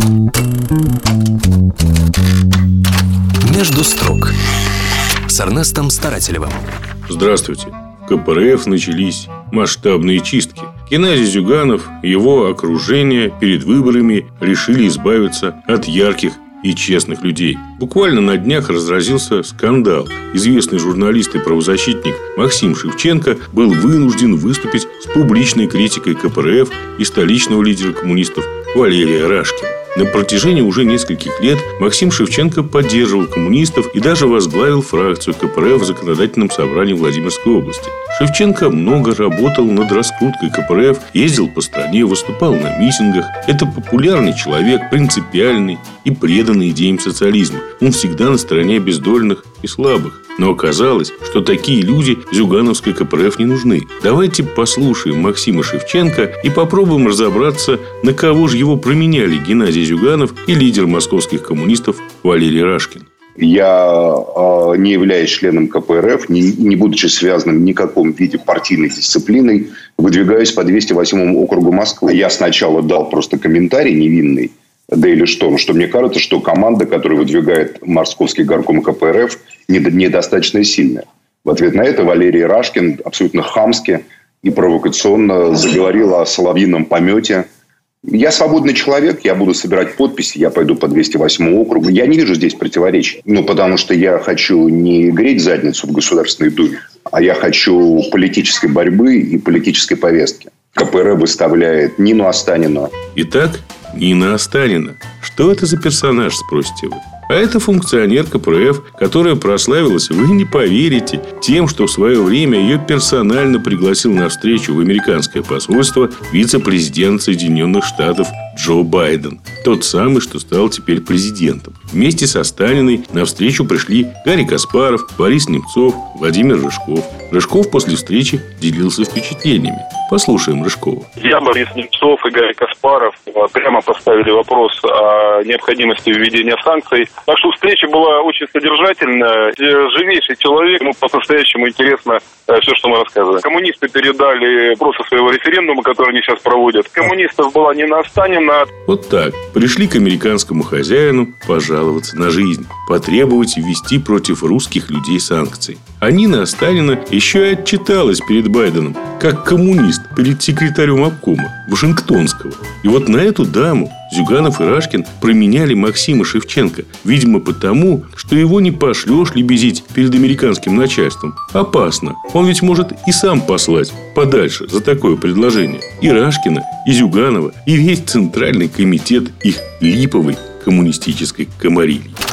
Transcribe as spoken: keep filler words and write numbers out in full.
Между строк с Эрнестом Старателевым. Здравствуйте. В ка пэ эр эф начались масштабные чистки. Геннадий Зюганов и его окружение перед выборами решили избавиться от ярких и честных людей. Буквально на днях разразился скандал. Известный журналист и правозащитник Максим Шевченко был вынужден выступить с публичной критикой ка пэ эр эф и столичного лидера коммунистов Валерия Рашкина. На протяжении уже нескольких лет Максим Шевченко поддерживал коммунистов и даже возглавил фракцию ка пэ эр эф в законодательном собрании Владимирской области. Шевченко много работал над раскруткой ка пэ эр эф, ездил по стране, выступал на митингах. Это популярный человек, принципиальный и преданный идеям социализма. Он всегда на стороне обездоленных и слабых. Но оказалось, что такие люди зюгановской ка пэ эр эф не нужны. Давайте послушаем Максима Шевченко и попробуем разобраться, на кого же его променяли Геннадий Зюганов и лидер московских коммунистов Валерий Рашкин. Я э, не являюсь членом ка пэ эр эф, не, не будучи связанным в никаком виде партийной дисциплиной, выдвигаюсь по двести восьмому округу Москвы. Я сначала дал просто комментарий невинный, да или что, что мне кажется, что команда, которая выдвигает московский горком ка пэ эр эф, недостаточно сильная. В ответ на это Валерий Рашкин абсолютно хамски и провокационно заговорил о соловьином помете. Я свободный человек, я буду собирать подписи, я пойду по двести восьмому округу. Я не вижу здесь противоречий. Ну, потому что я хочу не греть задницу в Государственной Думе, а я хочу политической борьбы и политической повестки. ка пэ эр эф выставляет Нину Останину. Итак, Нина Останина. Что это за персонаж, спросите вы? А это функционер ка пэ эр эф, которая прославилась, вы не поверите, тем, что в свое время ее персонально пригласил на встречу в американское посольство вице-президент Соединенных Штатов Джо Байден. Тот самый, что стал теперь президентом. Вместе с Останиной на встречу пришли Гарри Каспаров, Борис Немцов, Владимир Рыжков. Рыжков после встречи делился впечатлениями. Послушаем Рыжкова. Я, Борис Немцов и Гарри Каспаров прямо поставили вопрос о необходимости введения санкций. Так что встреча была очень содержательная. Живейший человек, ему по-настоящему интересно все, что мы рассказываем. Коммунисты передали вопросы своего референдума, который они сейчас проводят. Коммунистов была Нина Останина. Вот так. Пришли к американскому хозяину пожаловаться на жизнь, потребовать ввести против русских людей санкции. А Нина Останина еще и отчиталась перед Байденом, как коммунист перед секретарем обкома Вашингтонского. И вот на эту даму Зюганов и Рашкин променяли Максима Шевченко. Видимо, потому, что его не пошлешь лебезить перед американским начальством. Опасно. Он ведь может и сам послать подальше за такое предложение. И Рашкина, и Зюганова, и весь Центральный комитет их липовой коммунистической комарильи.